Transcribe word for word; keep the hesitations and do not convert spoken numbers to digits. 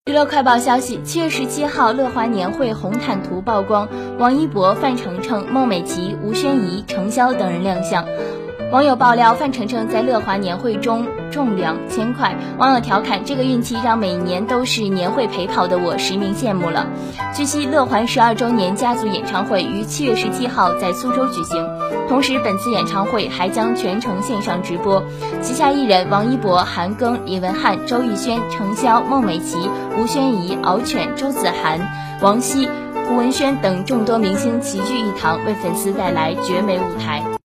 娱乐快报消息，七月十七号，乐华年会红毯图曝光，王一博、范丞丞、孟美岐、吴宣仪、程潇等人亮相。网友爆料，范丞丞在乐华年会中重两千块，网友调侃这个运气让每年都是年会陪跑的我实名羡慕了。据悉，乐环十二周年家族演唱会于七月十七号在苏州举行，同时本次演唱会还将全程线上直播。旗下艺人王一博、韩庚、李文翰、周艺轩、程潇、孟美岐、吴宣仪、敖犬、周子涵、王晰、胡文轩等众多明星齐聚一堂，为粉丝带来绝美舞台。